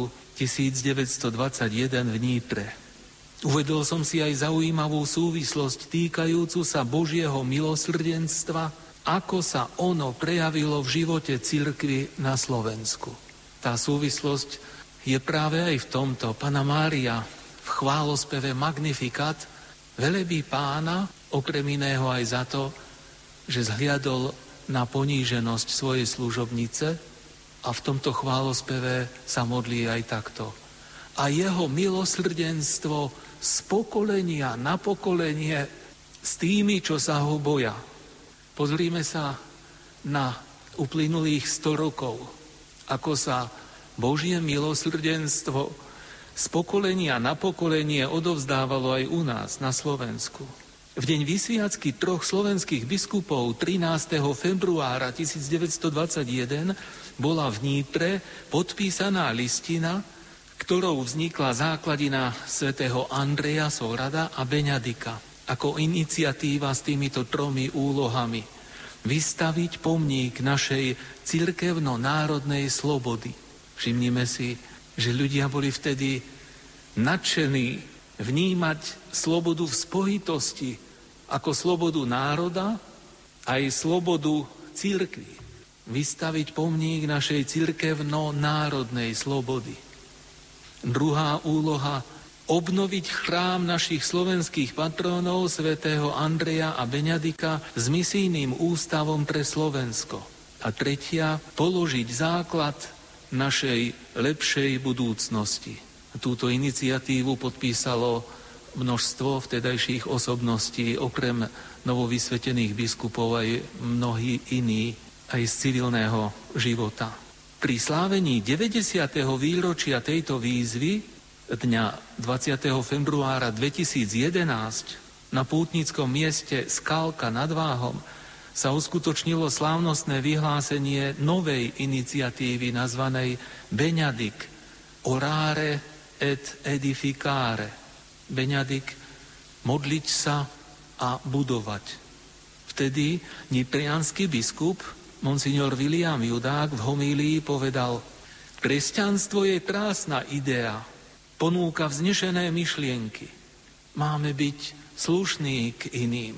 1921 v Nitre. Uvedol som si aj zaujímavú súvislosť týkajúcu sa Božieho milosrdenstva, ako sa ono prejavilo v živote cirkvi na Slovensku. Tá súvislosť je práve aj v tomto. Panna Mária v chválospeve Magnificat velebí Pána, okrem iného aj za to, že zhliadol na poníženosť svojej služobnice a v tomto chválospeve sa modlí aj takto. A jeho milosrdenstvo z pokolenia na pokolenie s tými, čo sa ho boja. Pozrime sa na uplynulých 100 rokov, ako sa Božie milosrdenstvo z pokolenia na pokolenie odovzdávalo aj u nás na Slovensku. V deň vysviacky 3 slovenských biskupov 13. februára 1921 bola v Nitre podpísaná listina, ktorou vznikla základina svätého Andreja Sohrada a Beňadika ako iniciatíva s týmito 3 úlohami. Vystaviť pomník našej cirkevno-národnej slobody. Všimnime si, že ľudia boli vtedy nadšení vnímať slobodu v spojitosti ako slobodu národa aj slobodu cirkvi. Vystaviť pomník našej cirkevno-národnej slobody. Druhá úloha, obnoviť chrám našich slovenských patrónov svätého Andreja a Beňadika s misijným ústavom pre Slovensko. A tretia, položiť základ našej lepšej budúcnosti. Túto iniciatívu podpísalo množstvo vtedajších osobností, okrem novovysvetených biskupov aj mnohí iní, aj z civilného života. Pri slávení 90. výročia tejto výzvy dňa 20. februára 2011 na pútnickom mieste Skalka nad Váhom sa uskutočnilo slávnostné vyhlásenie novej iniciatívy nazvanej Beňadik Orare et Edificare. Beňadik, modliť sa a budovať. Vtedy nitriansky biskup monsignor William Judák v homílii povedal: kresťanstvo je krásna idea, ponúka vznešené myšlienky. Máme byť slušní k iným.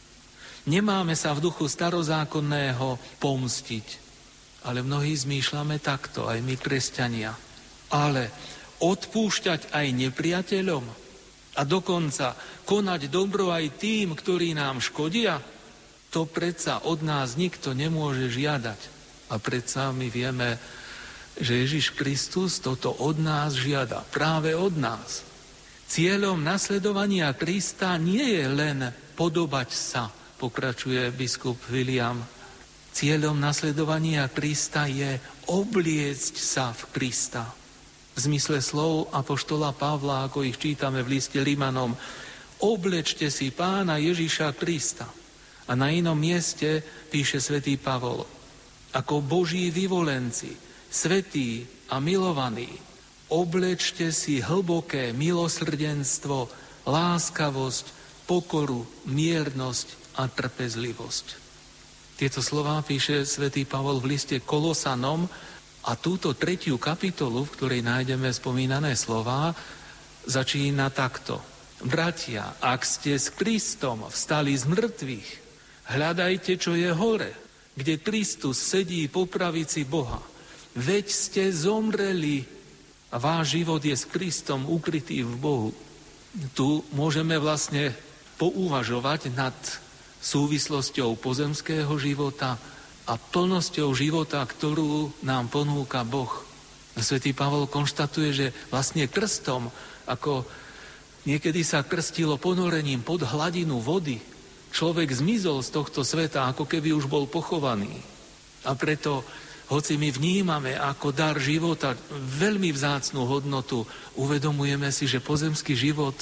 Nemáme sa v duchu starozákonného pomstiť, ale mnohí zmýšľame takto, aj my kresťania. Ale odpúšťať aj nepriateľom a dokonca konať dobro aj tým, ktorí nám škodia, to predsa od nás nikto nemôže žiadať. A predsa my vieme, že Ježiš Kristus toto od nás žiada, práve od nás. Cieľom nasledovania Krista nie je len podobať sa, pokračuje biskup William. Cieľom nasledovania Krista je obliecť sa v Krista. V zmysle slov apoštola Pavla, ako ich čítame v liste Rimanom, oblečte si Pána Ježiša Krista. A na inom mieste píše svätý Pavol: ako Boží vyvolenci, svätí a milovaní, oblečte si hlboké milosrdenstvo, láskavosť, pokoru, miernosť a trpezlivosť. Tieto slová píše svätý Pavol v liste Kolosanom a túto 3. kapitolu, v ktorej nájdeme spomínané slová, začína takto. Bratia, ak ste s Kristom vstali z mŕtvych, hľadajte, čo je hore, kde Kristus sedí po pravici Boha. Veď ste zomreli a váš život je s Kristom ukrytý v Bohu. Tu môžeme vlastne pouvažovať nad súvislosťou pozemského života a plnosťou života, ktorú nám ponúka Boh. Svätý Pavol konštatuje, že vlastne krstom, ako niekedy sa krstilo ponorením pod hladinu vody, človek zmizol z tohto sveta, ako keby už bol pochovaný. A preto Hoci my vnímame ako dar života veľmi vzácnu hodnotu, uvedomujeme si, že pozemský život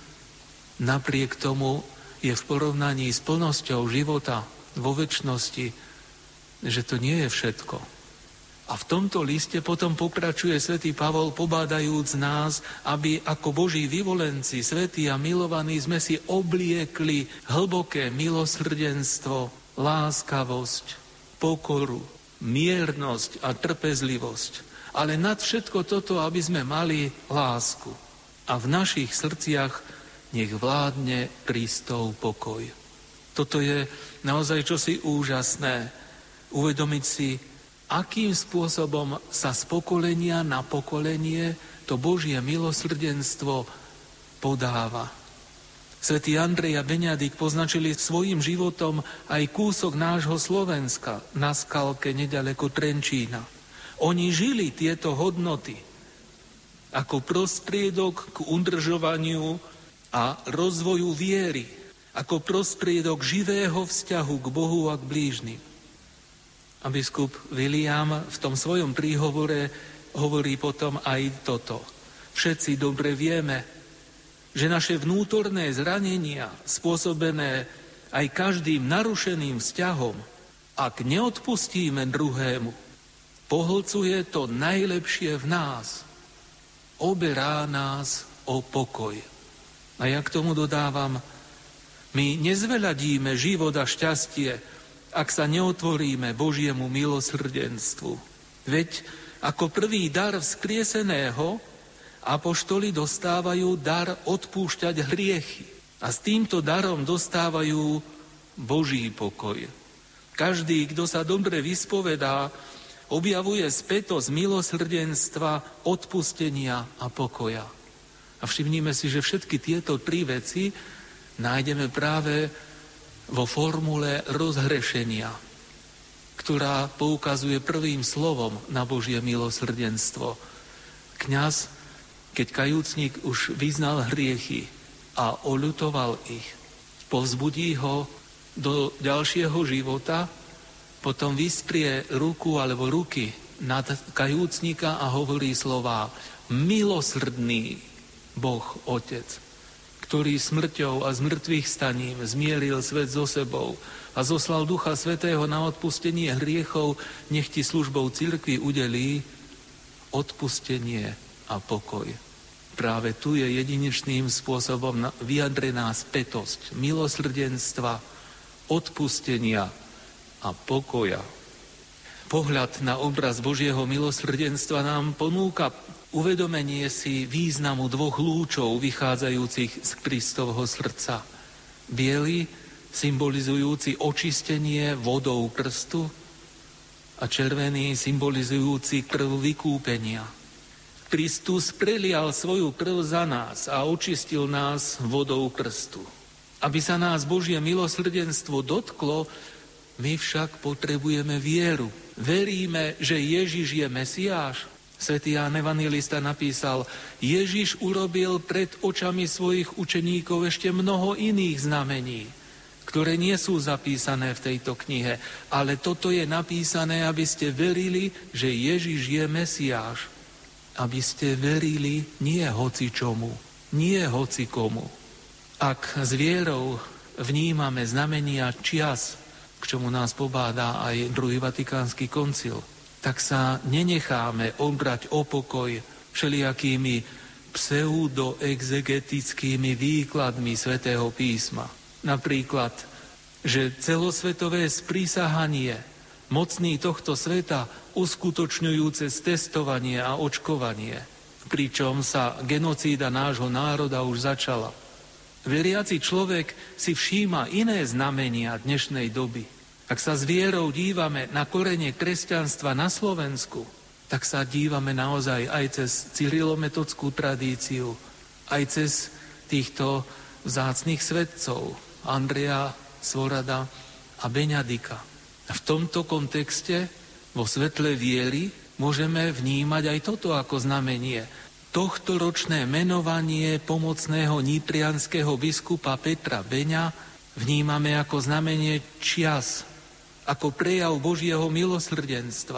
napriek tomu je v porovnaní s plnosťou života vo večnosti, že to nie je všetko. A v tomto liste potom pokračuje svätý Pavol, pobádajúc nás, aby ako Boží vyvolenci, svätí a milovaní sme si obliekli hlboké milosrdenstvo, láskavosť, pokoru, miernosť a trpezlivosť. Ale nad všetko toto, aby sme mali lásku. A v našich srdciach nech vládne Kristov pokoj. Toto je naozaj čosi úžasné. Uvedomiť si, akým spôsobom sa z pokolenia na pokolenie to Božie milosrdenstvo podáva. Svätý Andrej a Beňadik poznačili svojim životom aj kúsok nášho Slovenska na Skalke nedaleko Trenčína. Oni žili tieto hodnoty ako prostriedok k udržovaniu a rozvoju viery, ako prostriedok živého vzťahu k Bohu a k blížnym. A biskup William v tom svojom príhovore hovorí potom aj toto. Všetci dobre vieme, že naše vnútorné zranenia, spôsobené aj každým narušeným vzťahom, ak neodpustíme druhému, pohlcuje to najlepšie v nás, oberá nás o pokoj. A ja k tomu dodávam, my nezveľadíme život a šťastie, ak sa neotvoríme Božiemu milosrdenstvu. Veď ako prvý dar vzkrieseného apoštoli dostávajú dar odpúšťať hriechy. A s týmto darom dostávajú Boží pokoj. Každý, kto sa dobre vyspovedá, objavuje spätosť milosrdenstva, odpustenia a pokoja. A všimnime si, že všetky tieto tri veci nájdeme práve vo formule rozhrešenia, ktorá poukazuje prvým slovom na Božie milosrdenstvo. Kňaz, keď kajúcnik už vyznal hriechy a oľutoval ich, povzbudí ho do ďalšieho života, potom vysprie ruku alebo ruky nad kajúcnika a hovorí slová: milosrdný Boh Otec, ktorý smrťou a zmrtvých staním zmieril svet so sebou a zoslal Ducha Svätého na odpustenie hriechov, nech ti službou cirkvi udelí odpustenie a pokoj. Práve tu je jedinečným spôsobom vyjadrená spätosť milosrdenstva, odpustenia a pokoja. Pohľad na obraz Božieho milosrdenstva nám ponúka uvedomenie si významu dvoch lúčov vychádzajúcich z Kristovho srdca. Biely, symbolizujúci očistenie vodou krstu, a červený, symbolizujúci krv vykúpenia. Kristus prelial svoju krv za nás a očistil nás vodou krstu. Aby sa nás Božie milosrdenstvo dotklo, my však potrebujeme vieru. Veríme, že Ježiš je Mesiáš. Svätý Ján Evanjelista napísal: Ježiš urobil pred očami svojich učeníkov ešte mnoho iných znamení, ktoré nie sú zapísané v tejto knihe, ale toto je napísané, aby ste verili, že Ježiš je Mesiáš. Aby ste verili nie hocičomu, nie hocikomu. Ak s vierou vnímame znamenia čias, k čomu nás pobádá aj druhý Vatikánsky koncil, tak sa nenecháme obrať o pokoj všelijakými pseudoexegetickými výkladmi Svätého písma. Napríklad, že celosvetové sprísahanie mocní tohto sveta uskutočňujú cez testovanie a očkovanie, pričom sa genocída nášho národa už začala. Veriaci človek si všíma iné znamenia dnešnej doby. Ak sa s vierou dívame na korene kresťanstva na Slovensku, tak sa dívame naozaj aj cez cyrilometodskú tradíciu, aj cez týchto vzácnych svetcov, Andreja, Svorada a Beňadika. A v tomto kontexte, vo svetle viery, môžeme vnímať aj toto ako znamenie. Tohtoročné menovanie pomocného nitrianskeho biskupa Petra Beňa vnímame ako znamenie čias, ako prejav Božieho milosrdenstva.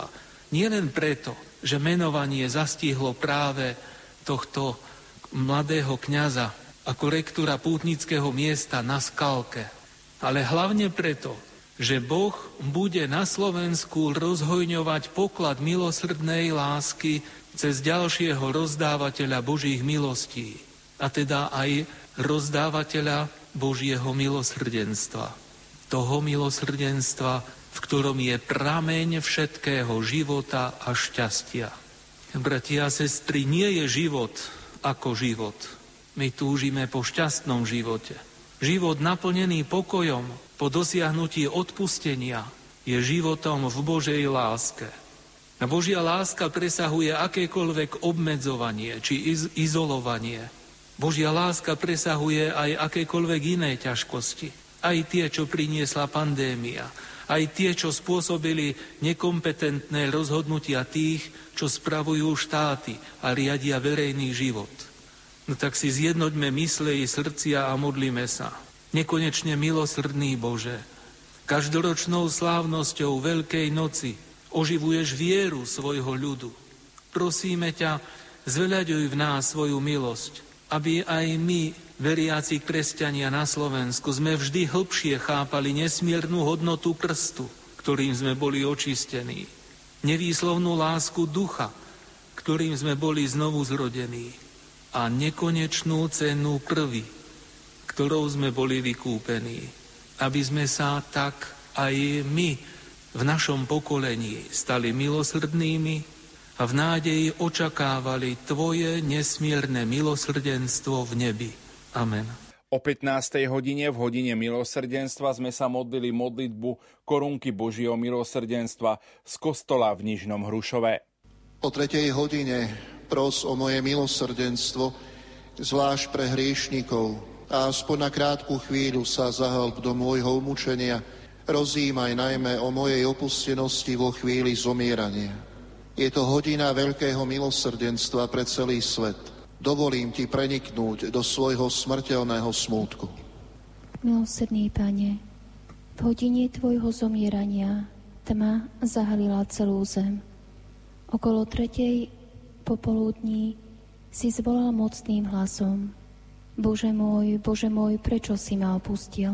Nie len preto, že menovanie zastihlo práve tohto mladého kňaza ako rektora pútnického miesta na Skalke, ale hlavne preto, že Boh bude na Slovensku rozhojňovať poklad milosrdnej lásky cez ďalšieho rozdávateľa Božích milostí, a teda aj rozdávateľa Božieho milosrdenstva. Toho milosrdenstva, v ktorom je prameň všetkého života a šťastia. Bratia a sestry, nie je život ako život. My túžime po šťastnom živote. Život naplnený pokojom po dosiahnutí odpustenia je životom v Božej láske. A Božia láska presahuje akékoľvek obmedzovanie či izolovanie. Božia láska presahuje aj akékoľvek iné ťažkosti. Aj tie, čo priniesla pandémia. Aj tie, čo spôsobili nekompetentné rozhodnutia tých, čo spravujú štáty a riadia verejný život. No tak si zjednoťme mysle i srdcia a modlíme sa. Nekonečne milosrdný Bože, každoročnou slávnosťou Veľkej noci oživuješ vieru svojho ľudu. Prosíme ťa, zveľaďuj v nás svoju milosť, aby aj my, veriaci kresťania na Slovensku, sme vždy hlbšie chápali nesmiernu hodnotu krstu, ktorým sme boli očistení. Nevýslovnú lásku ducha, ktorým sme boli znovu zrodení. A nekonečnú cenu krvi, ktorou sme boli vykúpení. Aby sme sa tak aj my v našom pokolení stali milosrdnými a v nádeji očakávali Tvoje nesmierne milosrdenstvo v nebi. Amen. O 15. hodine v hodine milosrdenstva sme sa modlili modlitbu Korunky Božieho milosrdenstva z kostola v Nižnom Hrušove. O 3. hodine pros o moje milosrdenstvo, zvlášť pre hriešnikov, a aspoň na krátku chvíľu sa zahlb do môjho umúčenia, rozjímaj najmä o mojej opustenosti vo chvíli zomierania. Je to hodina veľkého milosrdenstva pre celý svet. Dovolím ti preniknúť do svojho smrteľného smútku. Milosrdný Pane, v hodine tvojho zomierania tma zahalila celú zem. Okolo 3. popoludní si zvolal mocným hlasom: Bože môj, prečo si ma opustil?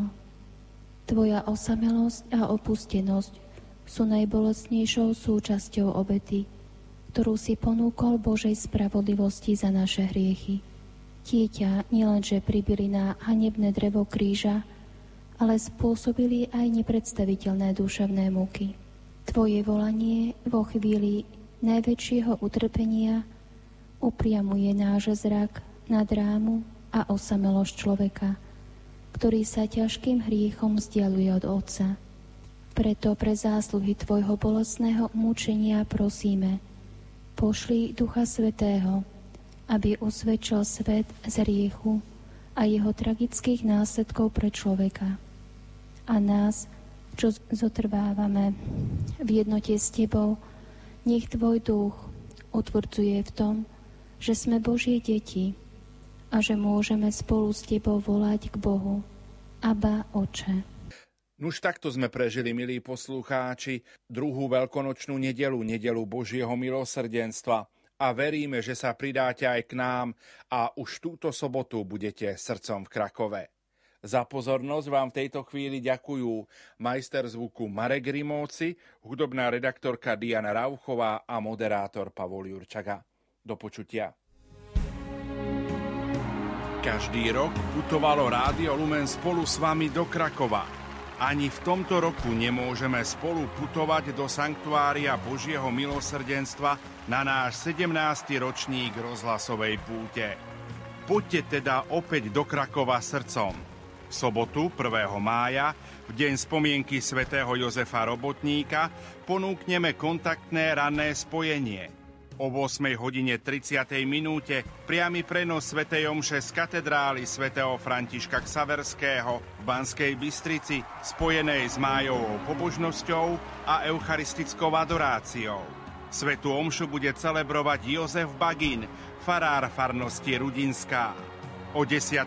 Tvoja osamelosť a opustenosť sú najbolestnejšou súčasťou obety, ktorú si ponúkol Božej spravodlivosti za naše hriechy. Dieťa nielenže pribili na hanebné drevo kríža, ale spôsobili aj nepredstaviteľné duševné múky. Tvoje volanie vo chvíli najväčšieho utrpenia upriamuje náš zrak na drámu a osamelosť človeka, ktorý sa ťažkým hriechom vzdialuje od Otca. Preto pre zásluhy Tvojho bolestného mučenia prosíme, pošli Ducha Svätého, aby usvedčil svet z hriechu a jeho tragických následkov pre človeka. A nás, čo zotrvávame v jednote s Tebou, nech Tvoj duch utvrdzuje v tom, že sme Božie deti a že môžeme spolu s Tebou volať k Bohu: Abba, Oče. Nuž takto sme prežili, milí poslucháči, druhú veľkonočnú nedelu Božieho milosrdenstva a veríme, že sa pridáte aj k nám a už túto sobotu budete srdcom v Krakove. Za pozornosť vám v tejto chvíli ďakujú majster zvuku Marek Rimóci, hudobná redaktorka Diana Rauchová a moderátor Pavol Jurčaga. Do počutia. Každý rok putovalo Rádio Lumen spolu s vami do Krakova. Ani v tomto roku nemôžeme spolu putovať do sanktuária Božieho milosrdenstva na náš 17. ročník rozhlasovej púte. Poďte teda opäť do Krakova srdcom. V sobotu 1. mája, v deň spomienky svätého Jozefa Robotníka, ponúkneme kontaktné ranné spojenie. O 8:30 priamy prenos svätej omše z katedrály svätého Františka Xaverského v Banskej Bystrici, spojenej s májovou pobožnosťou a eucharistickou adoráciou. Svätú omšu bude celebrovať Jozef Bagin, farár farnosti Rudinská. O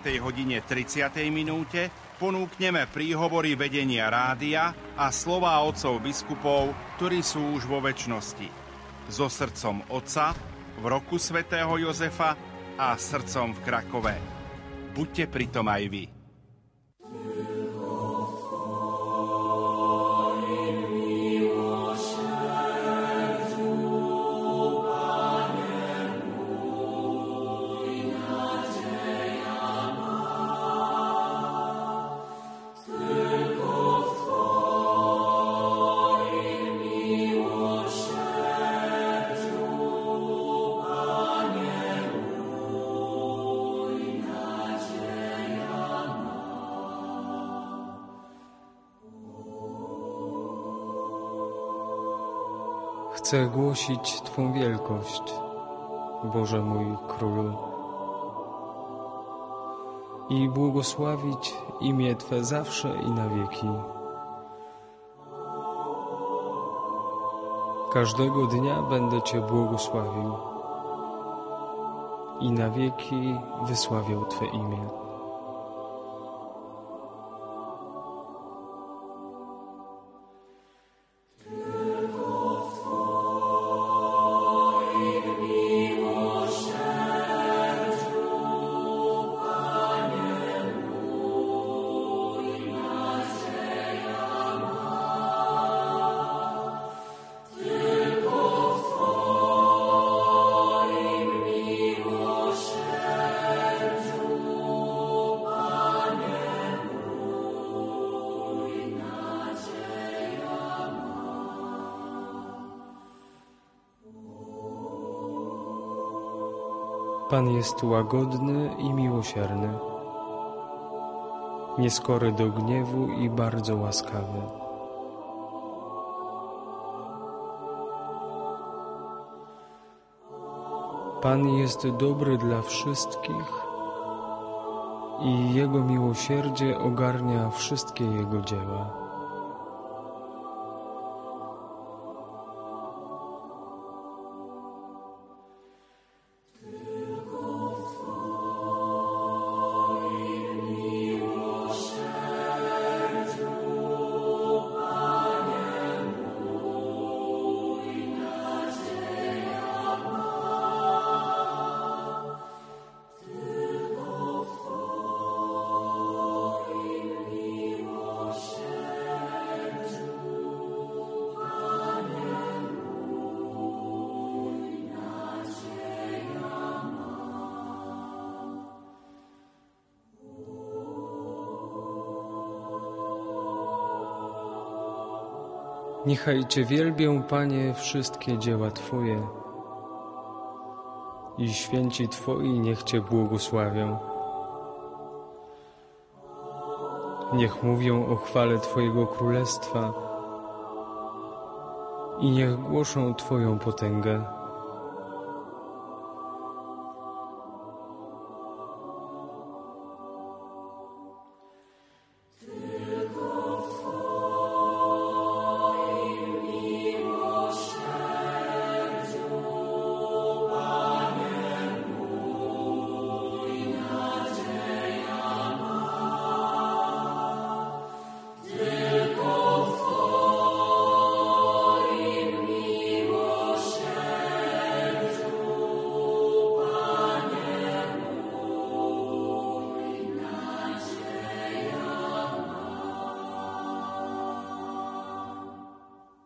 10:30 ponúkneme príhovory vedenia rádia a slová otcov biskupov, ktorí sú už vo večnosti. so srdcom Otca v roku svätého Jozefa a srdcom v Krakove. Buďte pritom aj vy. Chcę głosić Twą wielkość, Boże mój Królu, i błogosławić imię Twe zawsze i na wieki. Każdego dnia będę Cię błogosławił i na wieki wysławiał Twe imię. Pan jest łagodny i miłosierny, nieskory do gniewu i bardzo łaskawy. Pan jest dobry dla wszystkich i Jego miłosierdzie ogarnia wszystkie Jego dzieła. Niechaj Cię wielbią, Panie, wszystkie dzieła Twoje i święci Twoi niech Cię błogosławią. Niech mówią o chwale Twojego Królestwa i niech głoszą Twoją potęgę.